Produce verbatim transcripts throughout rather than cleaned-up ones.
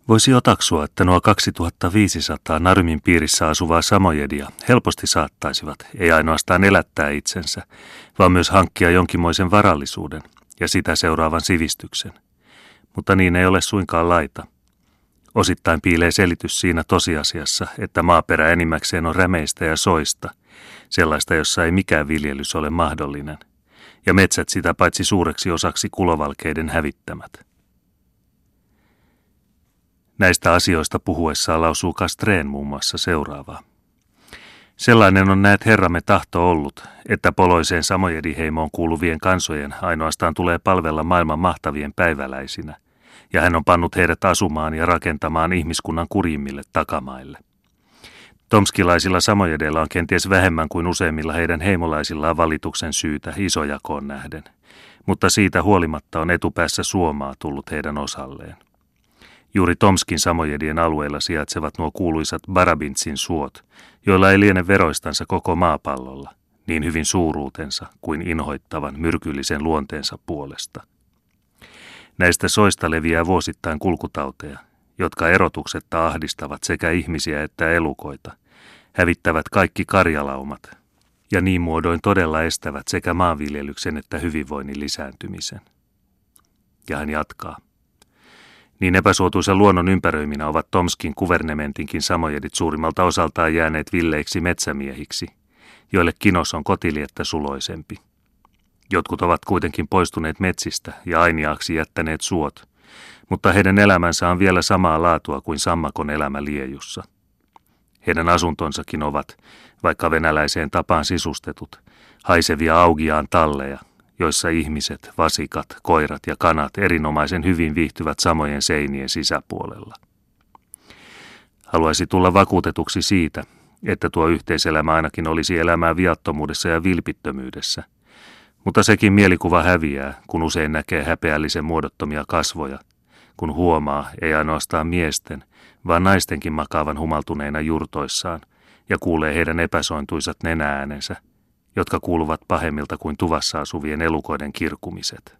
Voisi otaksua, että nuo kaksituhattaviisisataa Narymin piirissä asuvaa samojedia helposti saattaisivat ei ainoastaan elättää itsensä, vaan myös hankkia jonkinmoisen varallisuuden ja sitä seuraavan sivistyksen. Mutta niin ei ole suinkaan laita. Osittain piilee selitys siinä tosiasiassa, että maaperä enimmäkseen on rämeistä ja soista, sellaista, jossa ei mikään viljelys ole mahdollinen, ja metsät sitä paitsi suureksi osaksi kulovalkeiden hävittämät. Näistä asioista puhuessaan lausuu Castrén muun muassa seuraavaa. Sellainen on näet herramme tahto ollut, että poloiseen samojediheimoon kuuluvien kansojen ainoastaan tulee palvella maailman mahtavien päiväläisinä, ja hän on pannut heidät asumaan ja rakentamaan ihmiskunnan kurjimmille takamaille. Tomskilaisilla samojedeilla on kenties vähemmän kuin useimmilla heidän heimolaisillaan valituksen syytä isojakoon nähden, mutta siitä huolimatta on etupäässä Suomaa tullut heidän osalleen. Juuri Tomskin samojedien alueilla sijaitsevat nuo kuuluisat Barabintsin suot, joilla ei liene veroistansa koko maapallolla, niin hyvin suuruutensa kuin inhoittavan myrkyllisen luonteensa puolesta. Näistä soista leviää vuosittain kulkutauteja, jotka erotuksetta ahdistavat sekä ihmisiä että elukoita, hävittävät kaikki karjalaumat ja niin muodoin todella estävät sekä maanviljelyksen että hyvinvoinnin lisääntymisen. Ja hän jatkaa. Niin epäsuotuisen luonnon ympäröiminä ovat Tomskin kuvernementinkin samojedit suurimmalta osaltaan jääneet villeiksi metsämiehiksi, joille kinos on kotiliettä suloisempi. Jotkut ovat kuitenkin poistuneet metsistä ja ainiaaksi jättäneet suot, mutta heidän elämänsä on vielä samaa laatua kuin sammakon elämä liejussa. Heidän asuntonsakin ovat, vaikka venäläiseen tapaan sisustetut, haisevia augiaan talleja, joissa ihmiset, vasikat, koirat ja kanat erinomaisen hyvin viihtyvät samojen seinien sisäpuolella. Haluaisi tulla vakuutetuksi siitä, että tuo yhteiselämä ainakin olisi elämää viattomuudessa ja vilpittömyydessä, mutta sekin mielikuva häviää, kun usein näkee häpeällisen muodottomia kasvoja, kun huomaa ei ainoastaan miesten, vaan naistenkin makaavan humaltuneina jurtoissaan ja kuulee heidän epäsointuisat nenäänensä, jotka kuuluvat pahemmilta kuin tuvassa asuvien elukoiden kirkumiset.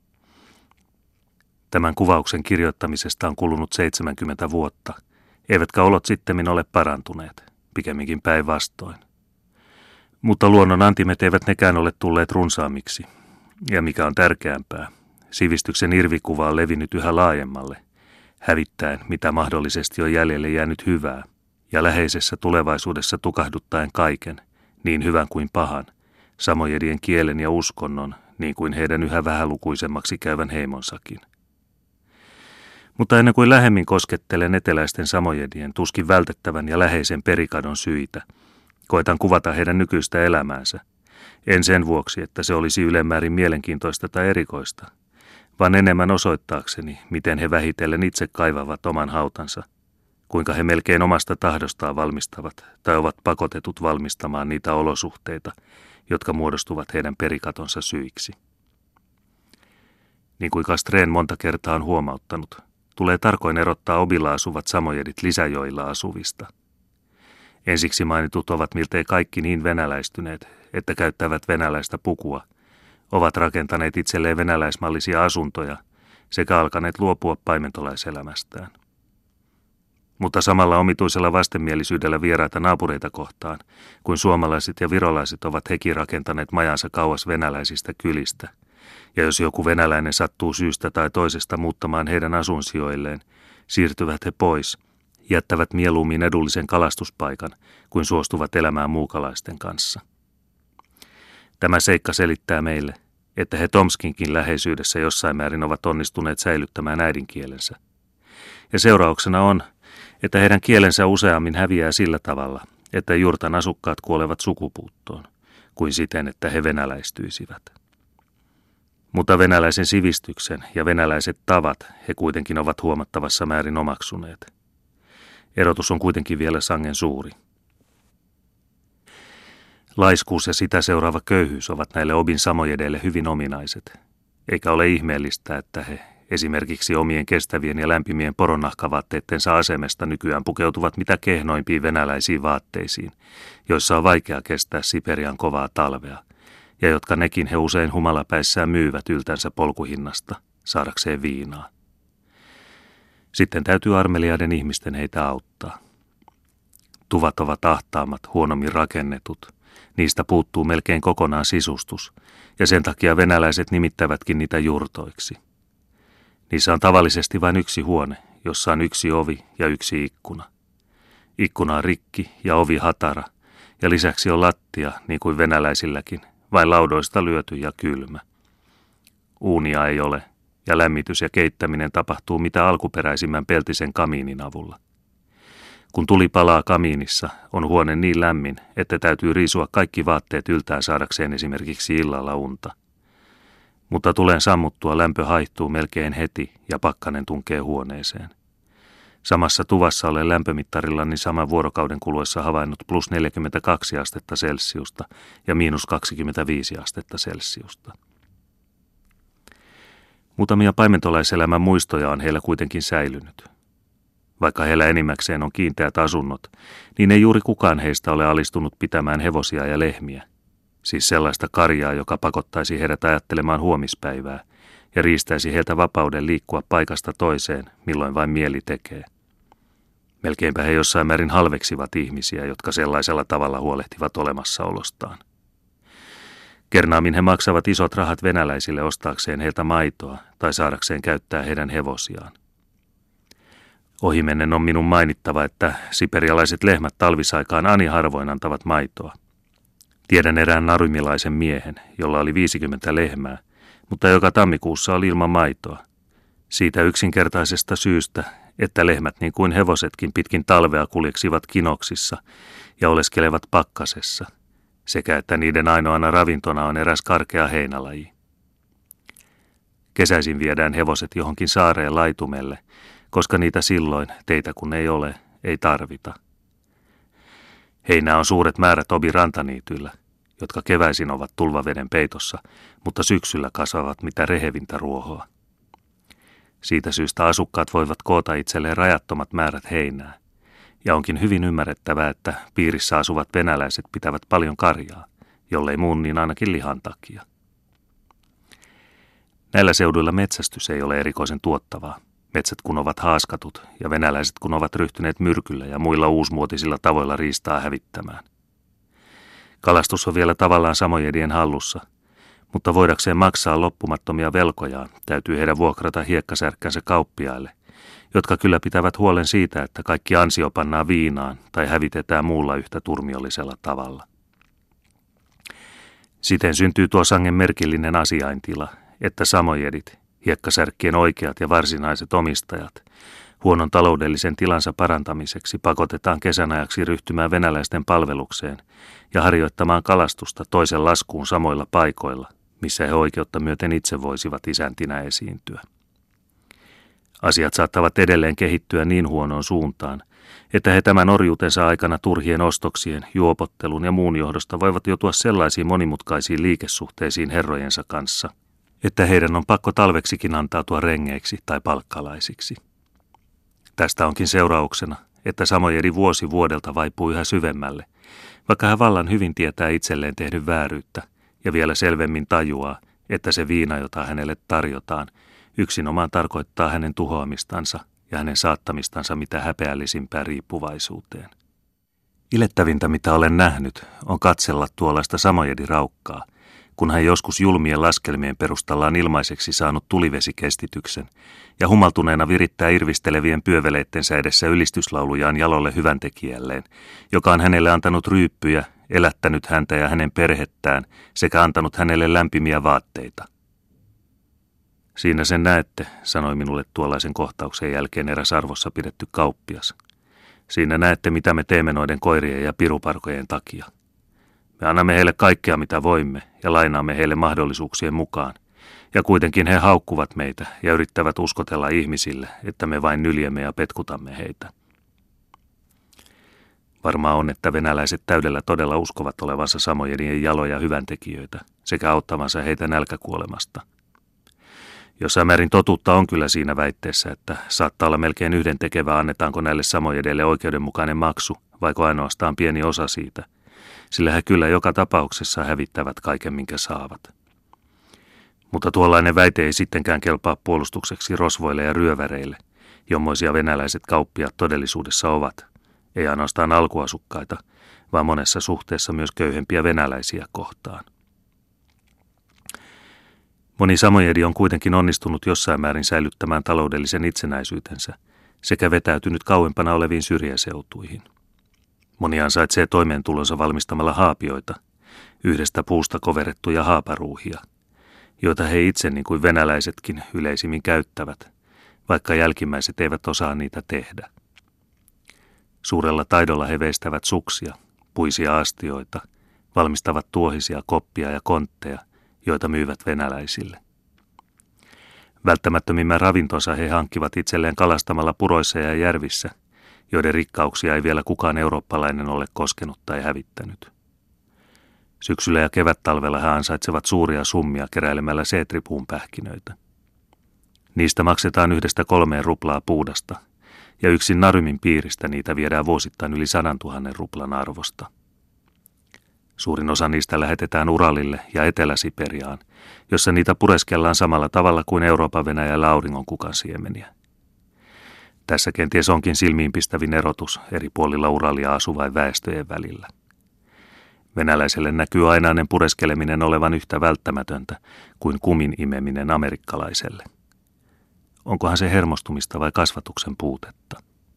Tämän kuvauksen kirjoittamisesta on kulunut seitsemänkymmentä vuotta, eivätkä olot sittemmin ole parantuneet, pikemminkin päinvastoin. Mutta luonnon antimet eivät nekään ole tulleet runsaammiksi, ja mikä on tärkeämpää, sivistyksen irvikuva on levinnyt yhä laajemmalle, hävittäen mitä mahdollisesti on jäljelle jäänyt hyvää, ja läheisessä tulevaisuudessa tukahduttaen kaiken, niin hyvän kuin pahan, samojedien kielen ja uskonnon, niin kuin heidän yhä vähälukuisemmaksi käyvän heimonsakin. Mutta ennen kuin lähemmin koskettelen eteläisten samojedien tuskin vältettävän ja läheisen perikadon syitä, koitan kuvata heidän nykyistä elämäänsä, en sen vuoksi, että se olisi ylemmäärin mielenkiintoista tai erikoista, vaan enemmän osoittaakseni, miten he vähitellen itse kaivavat oman hautansa, kuinka he melkein omasta tahdostaan valmistavat tai ovat pakotetut valmistamaan niitä olosuhteita, jotka muodostuvat heidän perikatonsa syiksi. Niin kuin Castrén monta kertaa on huomauttanut, tulee tarkoin erottaa obilla asuvat samojedit lisäjoilla asuvista. Ensiksi mainitut ovat miltei kaikki niin venäläistyneet, että käyttävät venäläistä pukua, ovat rakentaneet itselleen venäläismallisia asuntoja sekä alkaneet luopua paimentolaiselämästään. Mutta samalla omituisella vastenmielisyydellä vieraita naapureita kohtaan, kuin suomalaiset ja virolaiset ovat hekin rakentaneet majansa kauas venäläisistä kylistä, ja jos joku venäläinen sattuu syystä tai toisesta muuttamaan heidän asunsijoilleen, siirtyvät he pois, jättävät mieluummin edullisen kalastuspaikan, kuin suostuvat elämään muukalaisten kanssa. Tämä seikka selittää meille, että he Tomskinkin läheisyydessä jossain määrin ovat onnistuneet säilyttämään äidinkielensä. Ja seurauksena on, että heidän kielensä useammin häviää sillä tavalla, että jurtan asukkaat kuolevat sukupuuttoon, kuin siten, että he venäläistyisivät. Mutta venäläisen sivistyksen ja venäläiset tavat he kuitenkin ovat huomattavassa määrin omaksuneet. Erotus on kuitenkin vielä sangen suuri. Laiskuus ja sitä seuraava köyhyys ovat näille obin samojedeille hyvin ominaiset, eikä ole ihmeellistä, että he esimerkiksi omien kestävien ja lämpimien poronnahkavaatteittensa asemesta nykyään pukeutuvat mitä kehnoimpiin venäläisiin vaatteisiin, joissa on vaikea kestää Siperian kovaa talvea, ja jotka nekin he usein humalapäissään myyvät yltänsä polkuhinnasta, saadakseen viinaa. Sitten täytyy armeliaiden ihmisten heitä auttaa. Tuvat ovat ahtaammat, huonommin rakennetut. Niistä puuttuu melkein kokonaan sisustus, ja sen takia venäläiset nimittävätkin niitä jurtoiksi. Niissä on tavallisesti vain yksi huone, jossa on yksi ovi ja yksi ikkuna. Ikkuna on rikki ja ovi hatara, ja lisäksi on lattia, niin kuin venäläisilläkin, vain laudoista lyöty ja kylmä. Uunia ei ole, ja lämmitys ja keittäminen tapahtuu mitä alkuperäisimmän peltisen kamiinin avulla. Kun tuli palaa kamiinissa, on huone niin lämmin, että täytyy riisua kaikki vaatteet yltään saadakseen esimerkiksi illalla unta. Mutta tulen sammuttua lämpö haihtuu melkein heti ja pakkanen tunkee huoneeseen. Samassa tuvassa olen lämpömittarillani saman vuorokauden kuluessa havainnut plus neljäkymmentäkaksi astetta celsiusta ja miinus kaksikymmentäviisi astetta celsiusta. Muutamia paimentolaiselämän muistoja on heillä kuitenkin säilynyt. Vaikka heillä enimmäkseen on kiinteät asunnot, niin ei juuri kukaan heistä ole alistunut pitämään hevosia ja lehmiä. Siis sellaista karjaa, joka pakottaisi heidät ajattelemaan huomispäivää ja riistäisi heiltä vapauden liikkua paikasta toiseen, milloin vain mieli tekee. Melkeinpä he jossain määrin halveksivat ihmisiä, jotka sellaisella tavalla huolehtivat olemassaolostaan. Kernaamin he maksavat isot rahat venäläisille ostaakseen heiltä maitoa tai saadakseen käyttää heidän hevosiaan. Ohimennen on minun mainittava, että siperialaiset lehmät talvisaikaan ani harvoin antavat maitoa. Tiedän erään narumilaisen miehen, jolla oli viisikymmentä lehmää, mutta joka tammikuussa oli ilman maitoa. Siitä yksinkertaisesta syystä, että lehmät niin kuin hevosetkin pitkin talvea kuljeksivat kinoksissa ja oleskelevat pakkasessa, sekä että niiden ainoana ravintona on eräs karkea heinälaji. Kesäisin viedään hevoset johonkin saareen laitumelle, koska niitä silloin, teitä kun ei ole, ei tarvita. Heinää on suuret määrät obi rantaniityillä, jotka keväisin ovat tulvaveden peitossa, mutta syksyllä kasvavat mitä rehevintä ruohoa. Siitä syystä asukkaat voivat koota itselleen rajattomat määrät heinää, ja onkin hyvin ymmärrettävää, että piirissä asuvat venäläiset pitävät paljon karjaa, jollei muun niin ainakin lihan takia. Näillä seuduilla metsästys ei ole erikoisen tuottavaa. Metsät kun ovat haaskatut ja venäläiset kun ovat ryhtyneet myrkyllä ja muilla uusmuotisilla tavoilla riistaa hävittämään. Kalastus on vielä tavallaan samojedien hallussa, mutta voidakseen maksaa loppumattomia velkojaan täytyy heidän vuokrata hiekkasärkkänsä kauppiaille, jotka kyllä pitävät huolen siitä, että kaikki ansio pannaan viinaan tai hävitetään muulla yhtä turmiollisella tavalla. Siten syntyy tuo sangen merkillinen asiaintila, että samojedit, hiekkasärkkien oikeat ja varsinaiset omistajat, huonon taloudellisen tilansa parantamiseksi pakotetaan kesän ajaksi ryhtymään venäläisten palvelukseen ja harjoittamaan kalastusta toisen laskuun samoilla paikoilla, missä he oikeutta myöten itse voisivat isäntinä esiintyä. Asiat saattavat edelleen kehittyä niin huonoon suuntaan, että he tämän orjuutensa aikana turhien ostoksien, juopottelun ja muun johdosta voivat joutua sellaisiin monimutkaisiin liikesuhteisiin herrojensa kanssa, että heidän on pakko talveksikin antautua rengeiksi tai palkkalaisiksi. Tästä onkin seurauksena, että samojedi vuosi vuodelta vaipuu yhä syvemmälle, vaikka hän vallan hyvin tietää itselleen tehdyn vääryyttä ja vielä selvemmin tajuaa, että se viina, jota hänelle tarjotaan, yksinomaan tarkoittaa hänen tuhoamistansa ja hänen saattamistansa mitä häpeällisimpään riippuvaisuuteen. Ilettävintä, mitä olen nähnyt, on katsella tuollaista samojedi-raukkaa, kun hän joskus julmien laskelmien perustallaan ilmaiseksi saanut tulivesikestityksen ja humaltuneena virittää irvistelevien pyöveleittensä edessä ylistyslaulujaan jalolle hyväntekijälleen, joka on hänelle antanut ryyppyjä, elättänyt häntä ja hänen perhettään sekä antanut hänelle lämpimiä vaatteita. Siinä sen näette, sanoi minulle tuollaisen kohtauksen jälkeen eräs arvossa pidetty kauppias. Siinä näette, mitä me teemme noiden koirien ja piruparkojen takia. Me annamme heille kaikkea, mitä voimme, ja lainaamme heille mahdollisuuksien mukaan. Ja kuitenkin he haukkuvat meitä ja yrittävät uskotella ihmisille, että me vain nyljemme ja petkutamme heitä. Varmaa on, että venäläiset täydellä todella uskovat olevansa samojenien jaloja hyväntekijöitä sekä auttavansa heitä nälkäkuolemasta. Jossain määrin totuutta on kyllä siinä väitteessä, että saattaa olla melkein yhdentekevää, annetaanko näille samojedelle oikeudenmukainen maksu, vaiko ainoastaan pieni osa siitä, sillä he kyllä joka tapauksessa hävittävät kaiken, minkä saavat. Mutta tuollainen väite ei sittenkään kelpaa puolustukseksi rosvoille ja ryöväreille, jommoisia venäläiset kauppiaat todellisuudessa ovat, ei ainoastaan alkuasukkaita, vaan monessa suhteessa myös köyhempiä venäläisiä kohtaan. Moni samojedi on kuitenkin onnistunut jossain määrin säilyttämään taloudellisen itsenäisyytensä sekä vetäytynyt kauempana oleviin syrjäseutuihin. Moni ansaitsee toimeentulonsa valmistamalla haapioita, yhdestä puusta koverettuja haaparuuhia, joita he itse niin kuin venäläisetkin yleisimmin käyttävät, vaikka jälkimmäiset eivät osaa niitä tehdä. Suurella taidolla he veistävät suksia, puisia astioita, valmistavat tuohisia koppia ja kontteja, joita myyvät venäläisille. Välttämättömimmän ravintonsa he hankkivat itselleen kalastamalla puroissa ja järvissä, joiden rikkauksia ei vielä kukaan eurooppalainen ole koskenut tai hävittänyt. Syksyllä ja kevättalvella he ansaitsevat suuria summia keräilemällä seetripuun pähkinöitä. Niistä maksetaan yhdestä kolmeen ruplaa puudasta, ja yksin Narymin piiristä niitä viedään vuosittain yli sadantuhannen ruplan arvosta. Suurin osa niistä lähetetään Uralille ja Etelä-Siperiaan, jossa niitä pureskellaan samalla tavalla kuin Euroopan Venäjällä auringonkukan siemeniä. Tässä kenties onkin silmiinpistävin erotus eri puolilla Uralia asuvain väestöjen välillä. Venäläiselle näkyy ainainen pureskeleminen olevan yhtä välttämätöntä kuin kumin imeminen amerikkalaiselle. Onkohan se hermostumista vai kasvatuksen puutetta?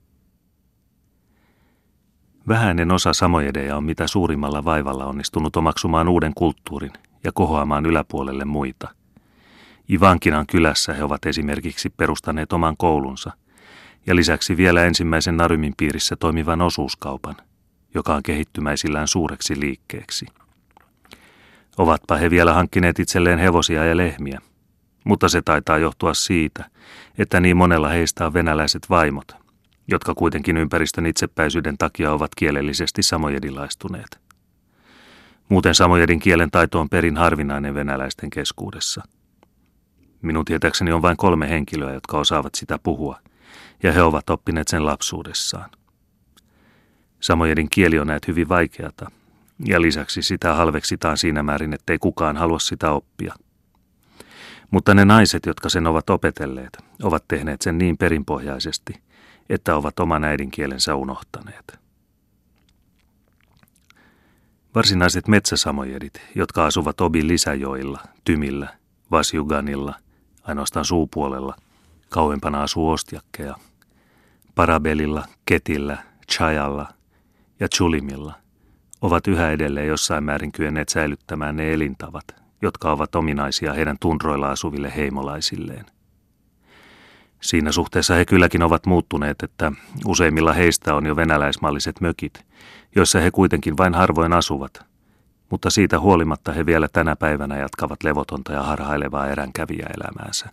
Vähäinen osa samojedeja on mitä suurimmalla vaivalla onnistunut omaksumaan uuden kulttuurin ja kohoamaan yläpuolelle muita. Ivankinan kylässä he ovat esimerkiksi perustaneet oman koulunsa ja lisäksi vielä ensimmäisen Narymin piirissä toimivan osuuskaupan, joka on kehittymäisillään suureksi liikkeeksi. Ovatpa he vielä hankkineet itselleen hevosia ja lehmiä, mutta se taitaa johtua siitä, että niin monella heistä on venäläiset vaimot, jotka kuitenkin ympäristön itsepäisyyden takia ovat kielellisesti samojedilaistuneet. Muuten samojedin kielen taito on perin harvinainen venäläisten keskuudessa. Minun tietääkseni on vain kolme henkilöä, jotka osaavat sitä puhua, ja he ovat oppineet sen lapsuudessaan. Samojedin kieli on näet hyvin vaikeata, ja lisäksi sitä halveksitaan siinä määrin, ettei kukaan halua sitä oppia. Mutta ne naiset, jotka sen ovat opetelleet, ovat tehneet sen niin perinpohjaisesti, että ovat oman äidinkielensä unohtaneet. Varsinaiset metsäsamojedit, jotka asuvat Obin lisäjoilla, Tymillä, Vasjuganilla, ainoastaan suupuolella, kauempana asuu Ostjakkeja, Parabelilla, Ketillä, Chajalla ja Chulimilla, ovat yhä edelleen jossain määrin kyenneet säilyttämään ne elintavat, jotka ovat ominaisia heidän tundroilla asuville heimolaisilleen. Siinä suhteessa he kylläkin ovat muuttuneet, että useimmilla heistä on jo venäläismalliset mökit, joissa he kuitenkin vain harvoin asuvat, mutta siitä huolimatta he vielä tänä päivänä jatkavat levotonta ja harhailevaa eränkävijäelämäänsä.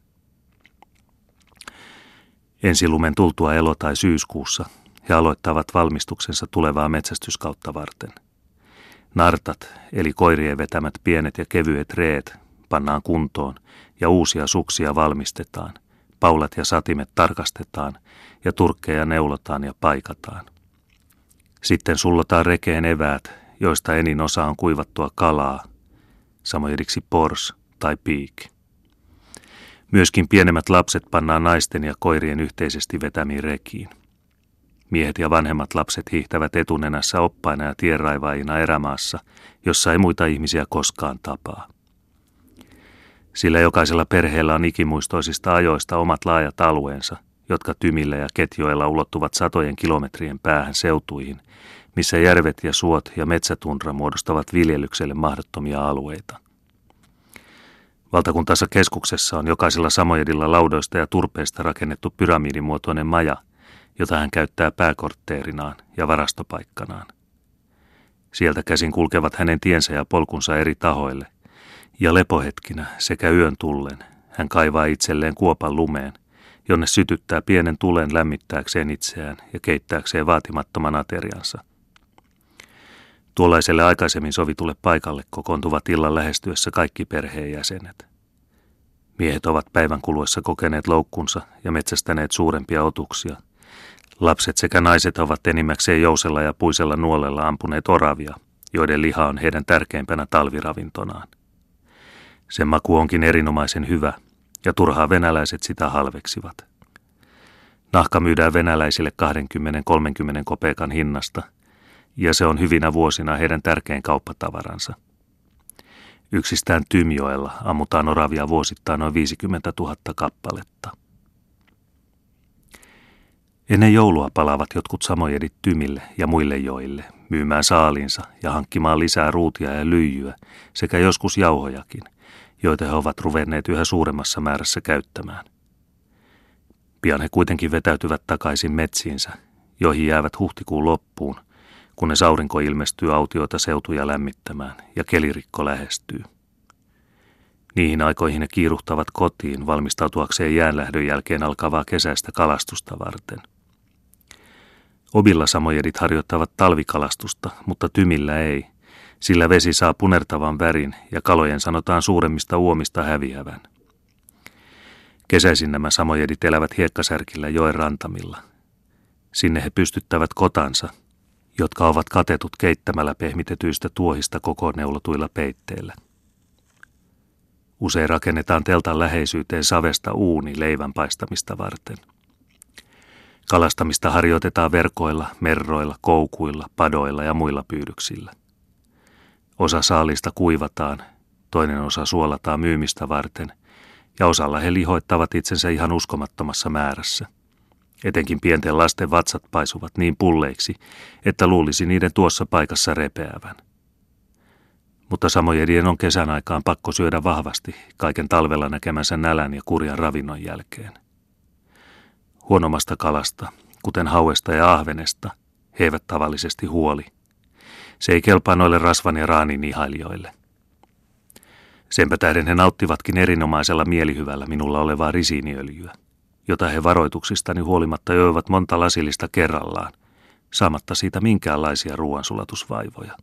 Ensilumen tultua elo- tai syyskuussa he aloittavat valmistuksensa tulevaa metsästyskautta varten. Nartat, eli koirien vetämät pienet ja kevyet reet, pannaan kuntoon ja uusia suksia valmistetaan. Paulat ja satimet tarkastetaan ja turkkeja neulotaan ja paikataan. Sitten sullotaan rekeen eväät, joista enin osa on kuivattua kalaa, samojediksi pors tai piik. Myöskin pienemmät lapset pannaan naisten ja koirien yhteisesti vetämiin rekiin. Miehet ja vanhemmat lapset hiihtävät etunenässä oppaina ja tienraivaajina erämaassa, jossa ei muita ihmisiä koskaan tapaa. Sillä jokaisella perheellä on ikimuistoisista ajoista omat laajat alueensa, jotka Tymillä ja Ketjoella ulottuvat satojen kilometrien päähän seutuihin, missä järvet ja suot ja metsätundra muodostavat viljelykselle mahdottomia alueita. Valtakuntansa keskuksessa on jokaisella samojedilla laudoista ja turpeista rakennettu pyramidimuotoinen maja, jota hän käyttää pääkortteerinaan ja varastopaikkanaan. Sieltä käsin kulkevat hänen tiensä ja polkunsa eri tahoille, ja lepohetkinä sekä yön tullen hän kaivaa itselleen kuopan lumeen, jonne sytyttää pienen tulen lämmittääkseen itseään ja keittääkseen vaatimattoman ateriansa. Tuollaiselle aikaisemmin sovitulle paikalle kokoontuvat illan lähestyessä kaikki perheenjäsenet. Miehet ovat päivän kuluessa kokeneet loukkunsa ja metsästäneet suurempia otuksia. Lapset sekä naiset ovat enimmäkseen jousella ja puisella nuolella ampuneet oravia, joiden liha on heidän tärkeimpänä talviravintonaan. Sen maku onkin erinomaisen hyvä, ja turhaa venäläiset sitä halveksivat. Nahka myydään venäläisille kaksikymmentä kolmekymmentä kopeekan hinnasta, ja se on hyvinä vuosina heidän tärkein kauppatavaransa. Yksistään Tymjoella ammutaan oravia vuosittain noin viisikymmentätuhatta kappaletta. Ennen joulua palaavat jotkut samojedit Tymille ja muille joille myymään saaliinsa ja hankkimaan lisää ruutia ja lyijyä sekä joskus jauhojakin, joita he ovat ruvenneet yhä suuremmassa määrässä käyttämään. Pian he kuitenkin vetäytyvät takaisin metsiinsä, joihin jäävät huhtikuun loppuun, kunnes aurinko ilmestyy autioita seutuja lämmittämään ja kelirikko lähestyy. Niihin aikoihin he kiiruhtavat kotiin valmistautuakseen jäänlähdön jälkeen alkavaa kesäistä kalastusta varten. Obilla samojedit harjoittavat talvikalastusta, mutta Tymillä ei, sillä vesi saa punertavan värin ja kalojen sanotaan suuremmista uomista häviävän. Kesäisin nämä samojedit elävät hiekkasärkillä joen rantamilla. Sinne he pystyttävät kotansa, jotka ovat katetut keittämällä pehmitetyistä tuohista kokoneulotuilla peitteillä. Usein rakennetaan teltan läheisyyteen savesta uuni leivän paistamista varten. Kalastamista harjoitetaan verkoilla, merroilla, koukuilla, padoilla ja muilla pyydyksillä. Osa saalista kuivataan, toinen osa suolataan myymistä varten, ja osalla he lihoittavat itsensä ihan uskomattomassa määrässä. Etenkin pienten lasten vatsat paisuvat niin pulleiksi, että luulisi niiden tuossa paikassa repeävän. Mutta samojedien on kesän aikaan pakko syödä vahvasti kaiken talvella näkemänsä nälän ja kurjan ravinnon jälkeen. Huonommasta kalasta, kuten hauesta ja ahvenesta, he eivät tavallisesti huoli. Se ei kelpaa noille rasvan ja raanin ihailijoille. Senpä tähden he nauttivatkin erinomaisella mielihyvällä minulla olevaa risiiniöljyä, jota he varoituksistani huolimatta joivat monta lasillista kerrallaan, saamatta siitä minkäänlaisia ruoansulatusvaivoja.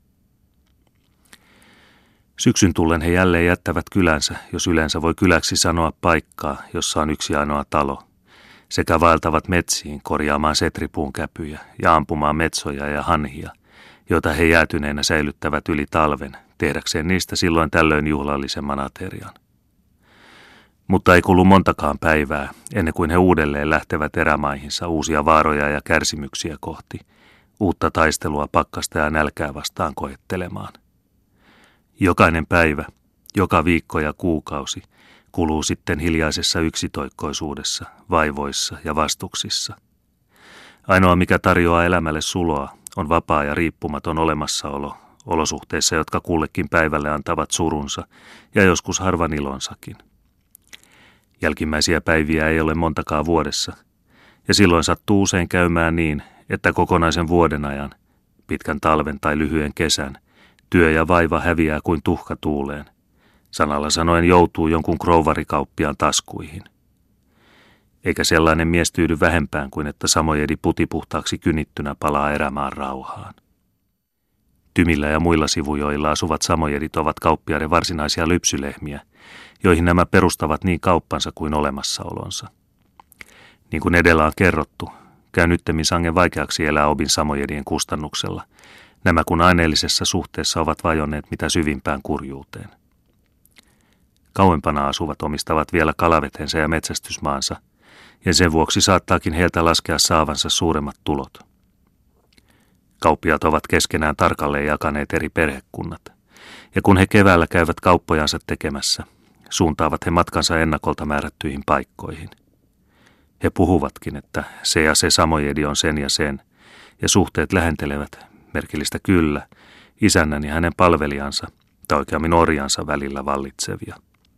Syksyn tullen he jälleen jättävät kylänsä, jos yleensä voi kyläksi sanoa paikkaa, jossa on yksi ainoa talo, sekä vaeltavat metsiin korjaamaan setripuun käpyjä ja ampumaan metsoja ja hanhia, joita he jäätyneenä säilyttävät yli talven, tehdäkseen niistä silloin tällöin juhlallisemman aterian. Mutta ei kulu montakaan päivää, ennen kuin he uudelleen lähtevät erämaihinsa uusia vaaroja ja kärsimyksiä kohti, uutta taistelua pakkasta ja nälkää vastaan koettelemaan. Jokainen päivä, joka viikko ja kuukausi kuluu sitten hiljaisessa yksitoikkoisuudessa, vaivoissa ja vastuksissa. Ainoa, mikä tarjoaa elämälle suloa, on vapaa ja riippumaton olemassaolo, olosuhteissa, jotka kullekin päivälle antavat surunsa ja joskus harvan ilonsakin. Jälkimmäisiä päiviä ei ole montakaan vuodessa, ja silloin sattuu usein käymään niin, että kokonaisen vuoden ajan, pitkän talven tai lyhyen kesän, työ ja vaiva häviää kuin tuhka tuuleen. Sanalla sanoen joutuu jonkun krouvarikauppiaan taskuihin. Eikä sellainen mies tyydy vähempään kuin että samojedi putipuhtaaksi kynittynä palaa erämaan rauhaan. Tymillä ja muilla sivujoilla asuvat samojedit ovat kauppiaiden varsinaisia lypsylehmiä, joihin nämä perustavat niin kauppansa kuin olemassaolonsa. Niin kuin edellä on kerrottu, käy nyttemmin sangen vaikeaksi elää Obin samojedien kustannuksella, nämä kun aineellisessa suhteessa ovat vajonneet mitä syvimpään kurjuuteen. Kauempana asuvat omistavat vielä kalavetensä ja metsästysmaansa, ja sen vuoksi saattaakin heiltä laskea saavansa suuremmat tulot. Kauppiaat ovat keskenään tarkalleen jakaneet eri perhekunnat, ja kun he keväällä käyvät kauppojansa tekemässä, suuntaavat he matkansa ennakolta määrättyihin paikkoihin. He puhuvatkin, että se ja se samojedi on sen ja sen, ja suhteet lähentelevät, merkillistä kyllä, isännän ja hänen palvelijansa, tai oikeammin orjansa välillä vallitsevia.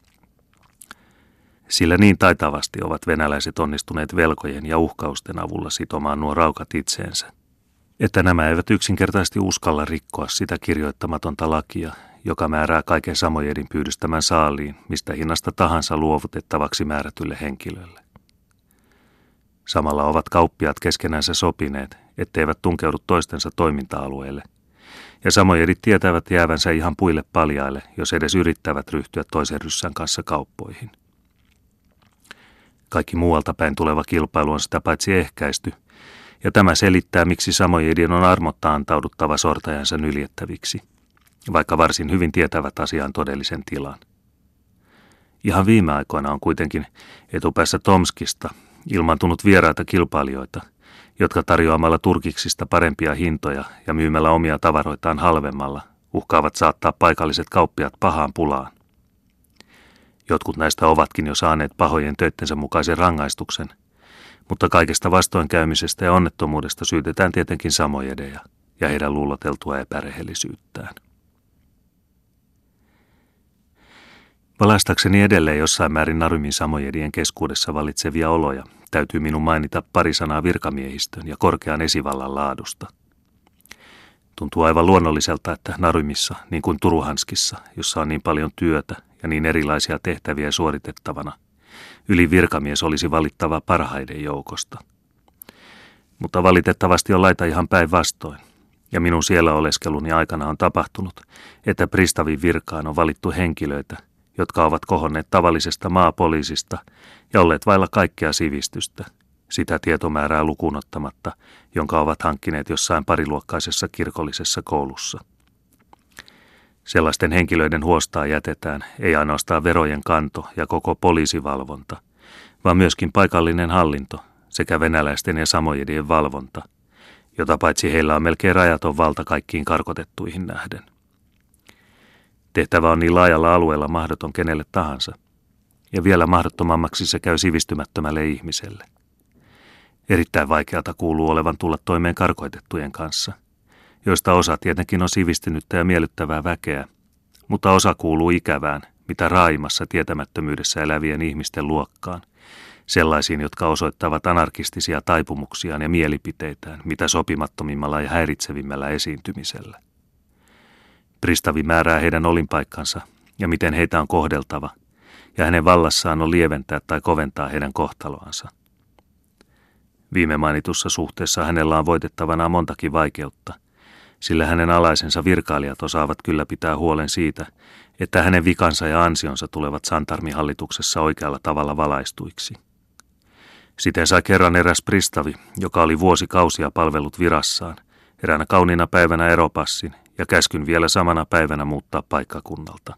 Sillä niin taitavasti ovat venäläiset onnistuneet velkojen ja uhkausten avulla sitomaan nuo raukat itseensä, että nämä eivät yksinkertaisesti uskalla rikkoa sitä kirjoittamatonta lakia, joka määrää kaiken samojedin pyydystämän saaliin, mistä hinnasta tahansa luovutettavaksi määrätylle henkilölle. Samalla ovat kauppiaat keskenänsä sopineet, etteivät tunkeudu toistensa toiminta-alueelle, ja samojedit tietävät jäävänsä ihan puille paljaille, jos edes yrittävät ryhtyä toisen ryssän kanssa kauppoihin. Kaikki muualta päin tuleva kilpailu on sitä paitsi ehkäisty, ja tämä selittää, miksi samojedien on armotta antauduttava sortajansa nyljettäviksi, vaikka varsin hyvin tietävät asian todellisen tilan. Ihan viime aikoina on kuitenkin etupäässä Tomskista, ilmaantunut vieraita kilpailijoita, jotka tarjoamalla turkiksista parempia hintoja ja myymällä omia tavaroitaan halvemmalla uhkaavat saattaa paikalliset kauppiat pahaan pulaan. Jotkut näistä ovatkin jo saaneet pahojen töittensä mukaisen rangaistuksen, mutta kaikesta vastoinkäymisestä ja onnettomuudesta syytetään tietenkin samojedeja ja heidän luuloteltua epärehellisyyttään. Valaistakseni edelleen jossain määrin Narymin samojedien keskuudessa valitsevia oloja, täytyy minun mainita pari sanaa virkamiehistön ja korkean esivallan laadusta. Tuntuu aivan luonnolliselta, että Narymissa, niin kuin Turuhanskissa, jossa on niin paljon työtä ja niin erilaisia tehtäviä suoritettavana, yli virkamies olisi valittava parhaiden joukosta. Mutta valitettavasti on laita ihan päinvastoin, ja minun siellä oleskeluni aikana on tapahtunut, että pristavin virkaan on valittu henkilöitä, jotka ovat kohonneet tavallisesta maapoliisista ja olleet vailla kaikkea sivistystä, sitä tietomäärää lukuun ottamatta, jonka ovat hankkineet jossain pariluokkaisessa kirkollisessa koulussa. Sellaisten henkilöiden huostaa jätetään ei ainoastaan verojen kanto ja koko poliisivalvonta, vaan myöskin paikallinen hallinto sekä venäläisten ja samojedien valvonta, jota paitsi heillä on melkein rajaton valta kaikkiin karkotettuihin nähden. Tehtävä on niin laajalla alueella mahdoton kenelle tahansa, ja vielä mahdottomammaksi se käy sivistymättömälle ihmiselle. Erittäin vaikeata kuuluu olevan tulla toimeen karkoitettujen kanssa, joista osa tietenkin on sivistynyttä ja miellyttävää väkeä, mutta osa kuuluu ikävään, mitä raaimassa tietämättömyydessä elävien ihmisten luokkaan, sellaisiin, jotka osoittavat anarkistisia taipumuksiaan ja mielipiteitään, mitä sopimattomimmalla ja häiritsevimmällä esiintymisellä. Pristavi määrää heidän olinpaikkansa ja miten heitä on kohdeltava, ja hänen vallassaan on lieventää tai koventaa heidän kohtaloansa. Viime mainitussa suhteessa hänellä on voitettavana montakin vaikeutta, sillä hänen alaisensa virkailijat osaavat kyllä pitää huolen siitä, että hänen vikansa ja ansionsa tulevat santarmihallituksessa oikealla tavalla valaistuiksi. Siten sai kerran eräs pristavi, joka oli vuosikausia palvellut virassaan, eräänä kauniina päivänä eropassin ja käskyn vielä samana päivänä muuttaa paikkakunnalta.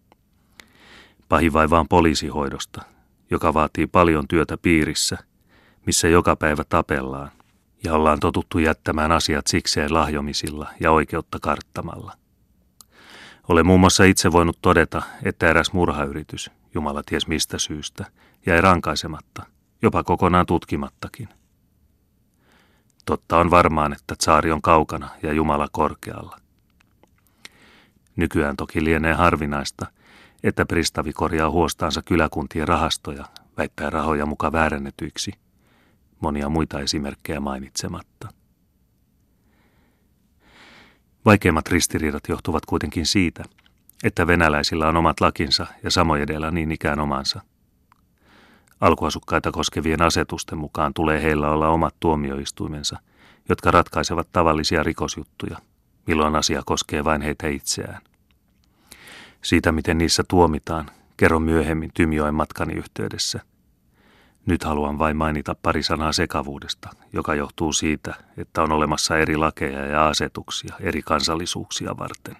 Pahin vaiva on poliisihoidosta, joka vaatii paljon työtä piirissä, missä joka päivä tapellaan, ja ollaan totuttu jättämään asiat sikseen lahjomisilla ja oikeutta karttamalla. Olen muun muassa itse voinut todeta, että eräs murhayritys, Jumala ties mistä syystä, jäi rankaisematta, jopa kokonaan tutkimattakin. Totta on varmaan, että tsaari on kaukana ja Jumala korkealla. Nykyään toki lienee harvinaista, että pristavi korjaa huostaansa kyläkuntien rahastoja, väittää rahoja muka väärännetyiksi, monia muita esimerkkejä mainitsematta. Vaikeimmat ristiriidat johtuvat kuitenkin siitä, että venäläisillä on omat lakinsa ja samojedellä niin ikään omansa. Alkuasukkaita koskevien asetusten mukaan tulee heillä olla omat tuomioistuimensa, jotka ratkaisevat tavallisia rikosjuttuja, milloin asia koskee vain heitä itseään. Siitä, miten niissä tuomitaan, kerron myöhemmin Tymjoen matkani yhteydessä. Nyt haluan vain mainita pari sanaa sekavuudesta, joka johtuu siitä, että on olemassa eri lakeja ja asetuksia eri kansallisuuksia varten.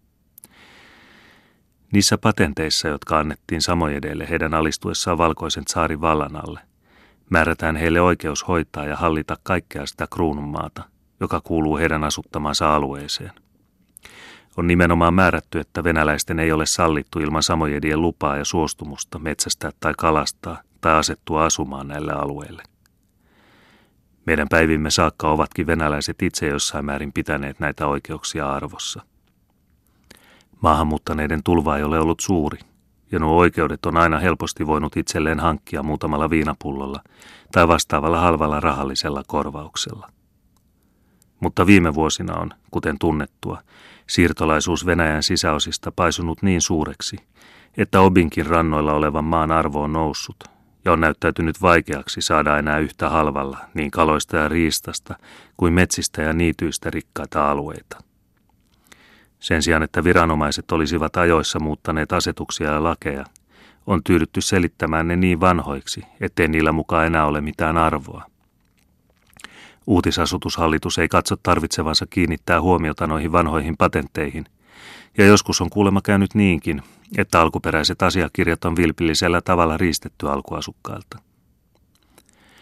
Niissä patenteissa, jotka annettiin samojedeille heidän alistuessaan valkoisen tsaarin vallan alle, määrätään heille oikeus hoitaa ja hallita kaikkea sitä kruununmaata, joka kuuluu heidän asuttamansa alueeseen. On nimenomaan määrätty, että venäläisten ei ole sallittu ilman samojedien lupaa ja suostumusta metsästää tai kalastaa tai asettua asumaan näille alueille. Meidän päivimme saakka ovatkin venäläiset itse jossain määrin pitäneet näitä oikeuksia arvossa. Maahanmuuttaneiden tulva ei ole ollut suuri, ja nuo oikeudet on aina helposti voinut itselleen hankkia muutamalla viinapullolla tai vastaavalla halvalla rahallisella korvauksella. Mutta viime vuosina on, kuten tunnettua, siirtolaisuus Venäjän sisäosista paisunut niin suureksi, että Obinkin rannoilla olevan maan arvo on noussut, ja on näyttäytynyt vaikeaksi saada enää yhtä halvalla niin kaloista ja riistasta kuin metsistä ja niityistä rikkaita alueita. Sen sijaan, että viranomaiset olisivat ajoissa muuttaneet asetuksia ja lakeja, on tyydytty selittämään ne niin vanhoiksi, ettei niillä mukaan enää ole mitään arvoa. Uutisasutushallitus ei katso tarvitsevansa kiinnittää huomiota noihin vanhoihin patentteihin, ja joskus on kuulemma käynyt niinkin, että alkuperäiset asiakirjat on vilpillisellä tavalla riistetty alkuasukkailta.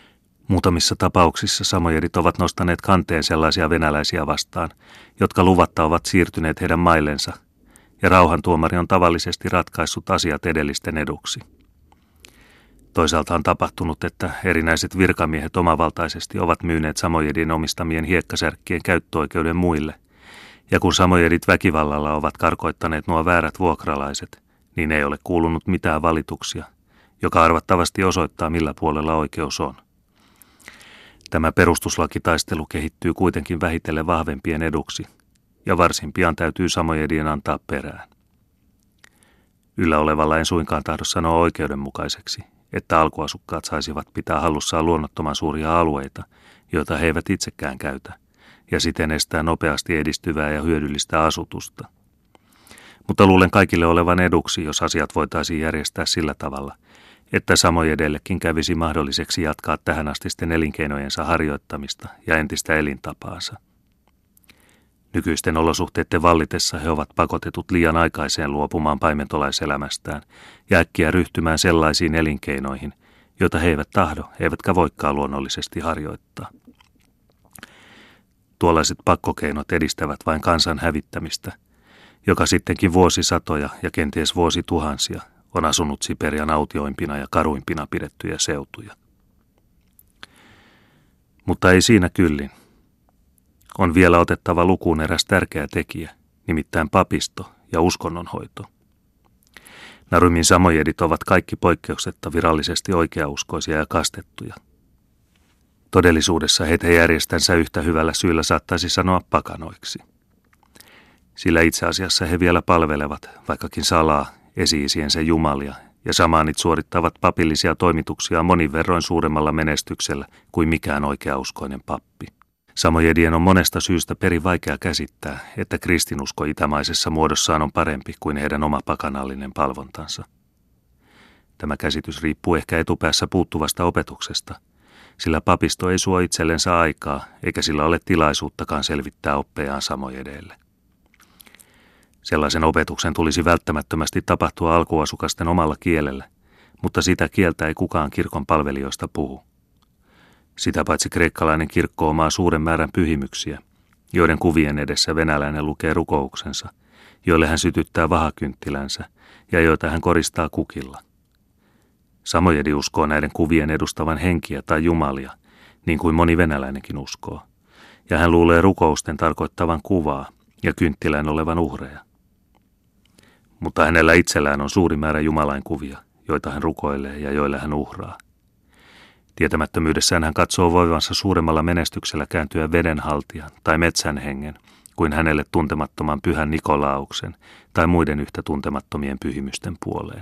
Muutamissa tapauksissa samojedit ovat nostaneet kanteen sellaisia venäläisiä vastaan, jotka luvatta ovat siirtyneet heidän maillensa, ja rauhantuomari on tavallisesti ratkaissut asiat edellisten eduksi. Toisaalta on tapahtunut, että erinäiset virkamiehet omavaltaisesti ovat myyneet samojedin omistamien hiekkasärkkien käyttöoikeuden muille, ja kun samojedit väkivallalla ovat karkoittaneet nuo väärät vuokralaiset, niin ei ole kuulunut mitään valituksia, joka arvattavasti osoittaa millä puolella oikeus on. Tämä perustuslakitaistelu kehittyy kuitenkin vähitellen vahvempien eduksi, ja varsin pian täytyy samojedien antaa perään. Yllä olevalla en suinkaan tahdo sanoa oikeudenmukaiseksi, että alkuasukkaat saisivat pitää hallussaan luonnottoman suuria alueita, joita he eivät itsekään käytä, ja siten estää nopeasti edistyvää ja hyödyllistä asutusta. Mutta luulen kaikille olevan eduksi, jos asiat voitaisiin järjestää sillä tavalla, että samojedellekin kävisi mahdolliseksi jatkaa tähänastisten elinkeinojensa harjoittamista ja entistä elintapaansa. Nykyisten olosuhteiden vallitessa he ovat pakotetut liian aikaiseen luopumaan paimentolaiselämästään ja äkkiä ryhtymään sellaisiin elinkeinoihin, joita he eivät tahdo, eivätkä voikaan luonnollisesti harjoittaa. Tuollaiset pakkokeinot edistävät vain kansan hävittämistä, joka sittenkin vuosisatoja ja kenties vuosituhansia on asunut Siperian autioimpina ja karuimpina pidettyjä seutuja. Mutta ei siinä kyllin. On vielä otettava lukuun eräs tärkeä tekijä, nimittäin papisto ja uskonnonhoito. Narumin samojedit ovat kaikki poikkeuksetta virallisesti oikeauskoisia ja kastettuja. Todellisuudessa heitä järjestänsä yhtä hyvällä syyllä saattaisi sanoa pakanoiksi. Sillä itse asiassa he vielä palvelevat, vaikkakin salaa, esi-isiensä jumalia ja samaanit suorittavat papillisia toimituksia monin verroin suuremmalla menestyksellä kuin mikään oikeauskoinen pappi. Samojedien on monesta syystä perin vaikea käsittää, että kristinusko itämaisessa muodossaan on parempi kuin heidän oma pakanallinen palvontansa. Tämä käsitys riippuu ehkä etupäässä puuttuvasta opetuksesta, sillä papisto ei suo itsellensä aikaa, eikä sillä ole tilaisuuttakaan selvittää oppejaan samojedeille. Sellaisen opetuksen tulisi välttämättömästi tapahtua alkuasukasten omalla kielellä, mutta sitä kieltä ei kukaan kirkon palvelijoista puhu. Sitä paitsi kreikkalainen kirkko omaa suuren määrän pyhimyksiä, joiden kuvien edessä venäläinen lukee rukouksensa, joille hän sytyttää vahakynttilänsä ja joita hän koristaa kukilla. Samojedi uskoo näiden kuvien edustavan henkiä tai jumalia, niin kuin moni venäläinenkin uskoo, ja hän luulee rukousten tarkoittavan kuvaa ja kynttilän olevan uhreja. Mutta hänellä itsellään on suuri määrä jumalainkuvia, joita hän rukoilee ja joille hän uhraa. Tietämättömyydessään hän katsoo voivansa suuremmalla menestyksellä kääntyä vedenhaltijan tai metsän hengen kuin hänelle tuntemattoman pyhän Nikolauksen tai muiden yhtä tuntemattomien pyhimysten puoleen.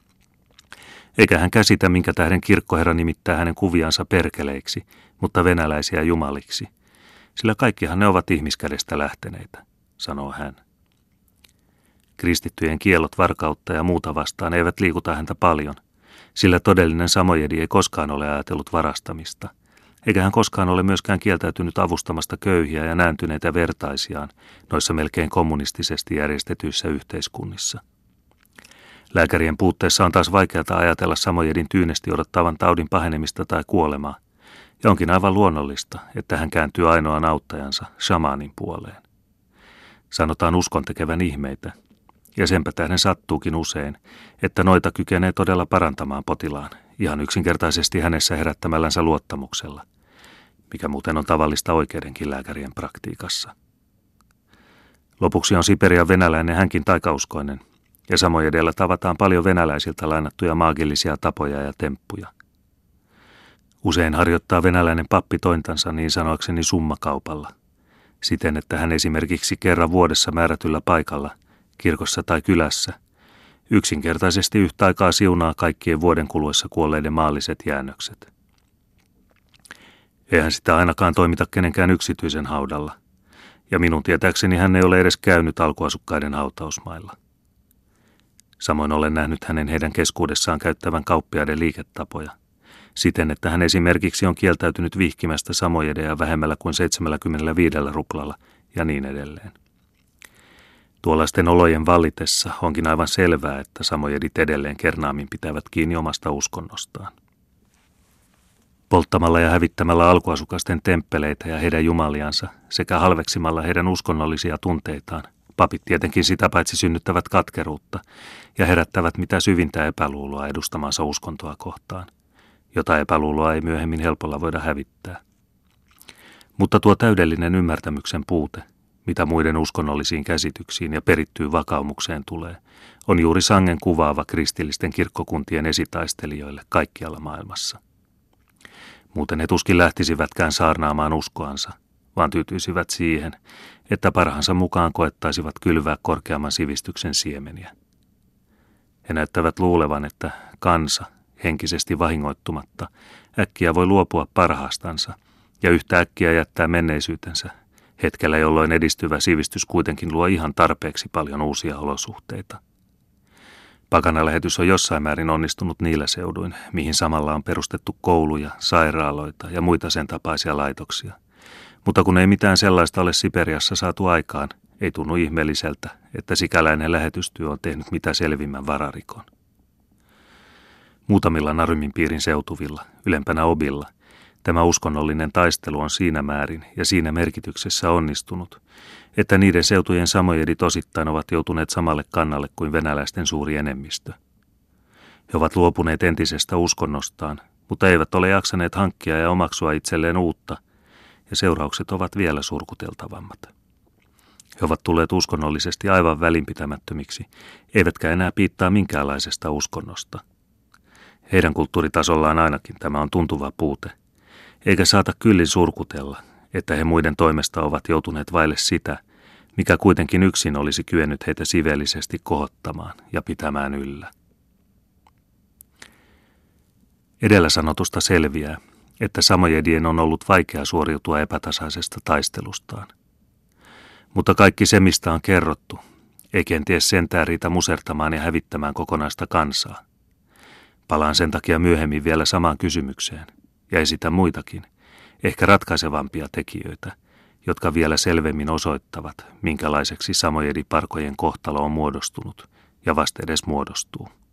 Eikä hän käsitä, minkä tähden kirkkoherra nimittää hänen kuviansa perkeleiksi, mutta venäläisiä jumaliksi, sillä kaikkihan ne ovat ihmiskädestä lähteneitä, sanoo hän. Kristittyjen kiellot varkautta ja muuta vastaan eivät liikuta häntä paljon, sillä todellinen samojedi ei koskaan ole ajatellut varastamista, eikä hän koskaan ole myöskään kieltäytynyt avustamasta köyhiä ja nääntyneitä vertaisiaan noissa melkein kommunistisesti järjestetyissä yhteiskunnissa. Lääkärien puutteessa on taas vaikeata ajatella samojedin tyynesti odottavan taudin pahenemista tai kuolemaa, ja onkin aivan luonnollista, että hän kääntyy ainoan auttajansa, shamaanin puoleen. Sanotaan uskon tekevän ihmeitä, ja senpä tähden sattuukin usein, että noita kykenee todella parantamaan potilaan, ihan yksinkertaisesti hänessä herättämällänsä luottamuksella, mikä muuten on tavallista oikeidenkin lääkärien praktiikassa. Lopuksi on Siperian venäläinen hänkin taikauskoinen, ja samojedellä tavataan paljon venäläisiltä lainattuja maagillisia tapoja ja temppuja. Usein harjoittaa venäläinen pappi tointansa niin sanoakseni summakaupalla, siten että hän esimerkiksi kerran vuodessa määrätyllä paikalla, kirkossa tai kylässä, yksinkertaisesti yhtä aikaa siunaa kaikkien vuoden kuluessa kuolleiden maalliset jäännökset. Eihän sitä ainakaan toimita kenenkään yksityisen haudalla, ja minun tietääkseni hän ei ole edes käynyt alkuasukkaiden hautausmailla. Samoin olen nähnyt hänen heidän keskuudessaan käyttävän kauppiaiden liiketapoja, siten että hän esimerkiksi on kieltäytynyt vihkimästä samojedeja vähemmällä kuin seitsemälläkymmenelläviidellä ruplalla ja niin edelleen. Tuollaisten olojen vallitessa onkin aivan selvää, että samojedit edelleen kernaammin pitävät kiinni omasta uskonnostaan. Polttamalla ja hävittämällä alkuasukasten temppeleitä ja heidän jumaliansa sekä halveksimalla heidän uskonnollisia tunteitaan, papit tietenkin sitä paitsi synnyttävät katkeruutta ja herättävät mitä syvintä epäluuloa edustamaansa uskontoa kohtaan, jota epäluuloa ei myöhemmin helpolla voida hävittää. Mutta tuo täydellinen ymmärtämyksen puute, mitä muiden uskonnollisiin käsityksiin ja perittyyn vakaumukseen tulee, on juuri sangen kuvaava kristillisten kirkkokuntien esitaistelijoille kaikkialla maailmassa. Muuten he tuskin lähtisivätkään saarnaamaan uskoansa, vaan tyytyisivät siihen, että parhaansa mukaan koettaisivat kylvää korkeamman sivistyksen siemeniä. He näyttävät luulevan, että kansa, henkisesti vahingoittumatta, äkkiä voi luopua parhaastansa ja yhtä äkkiä jättää menneisyytensä, hetkellä jolloin edistyvä sivistys kuitenkin luo ihan tarpeeksi paljon uusia olosuhteita. Pakanalähetys on jossain määrin onnistunut niillä seuduin, mihin samalla on perustettu kouluja, sairaaloita ja muita sen tapaisia laitoksia. Mutta kun ei mitään sellaista ole Siperiassa saatu aikaan, ei tunnu ihmeelliseltä, että sikäläinen lähetystyö on tehnyt mitä selvimmän vararikon. Muutamilla Narymin piirin seutuvilla, ylempänä Obilla, tämä uskonnollinen taistelu on siinä määrin ja siinä merkityksessä onnistunut, että niiden seutujen samojedit osittain ovat joutuneet samalle kannalle kuin venäläisten suuri enemmistö. He ovat luopuneet entisestä uskonnostaan, mutta eivät ole jaksaneet hankkia ja omaksua itselleen uutta, ja seuraukset ovat vielä surkuteltavammat. He ovat tulleet uskonnollisesti aivan välinpitämättömiksi, eivätkä enää piittaa minkäänlaisesta uskonnosta. Heidän kulttuuritasollaan ainakin tämä on tuntuva puute, eikä saata kyllin surkutella, että he muiden toimesta ovat joutuneet vaille sitä, mikä kuitenkin yksin olisi kyennyt heitä sivellisesti kohottamaan ja pitämään yllä. Edellä sanotusta selviää, että samojedien on ollut vaikea suoriutua epätasaisesta taistelustaan. Mutta kaikki se, mistä on kerrottu, ei kenties sentään riitä musertamaan ja hävittämään kokonaista kansaa. Palaan sen takia myöhemmin vielä samaan kysymykseen ja esitän muitakin, ehkä ratkaisevampia tekijöitä, jotka vielä selvemmin osoittavat, minkälaiseksi samojediparkojen kohtalo on muodostunut ja vasta edes muodostuu.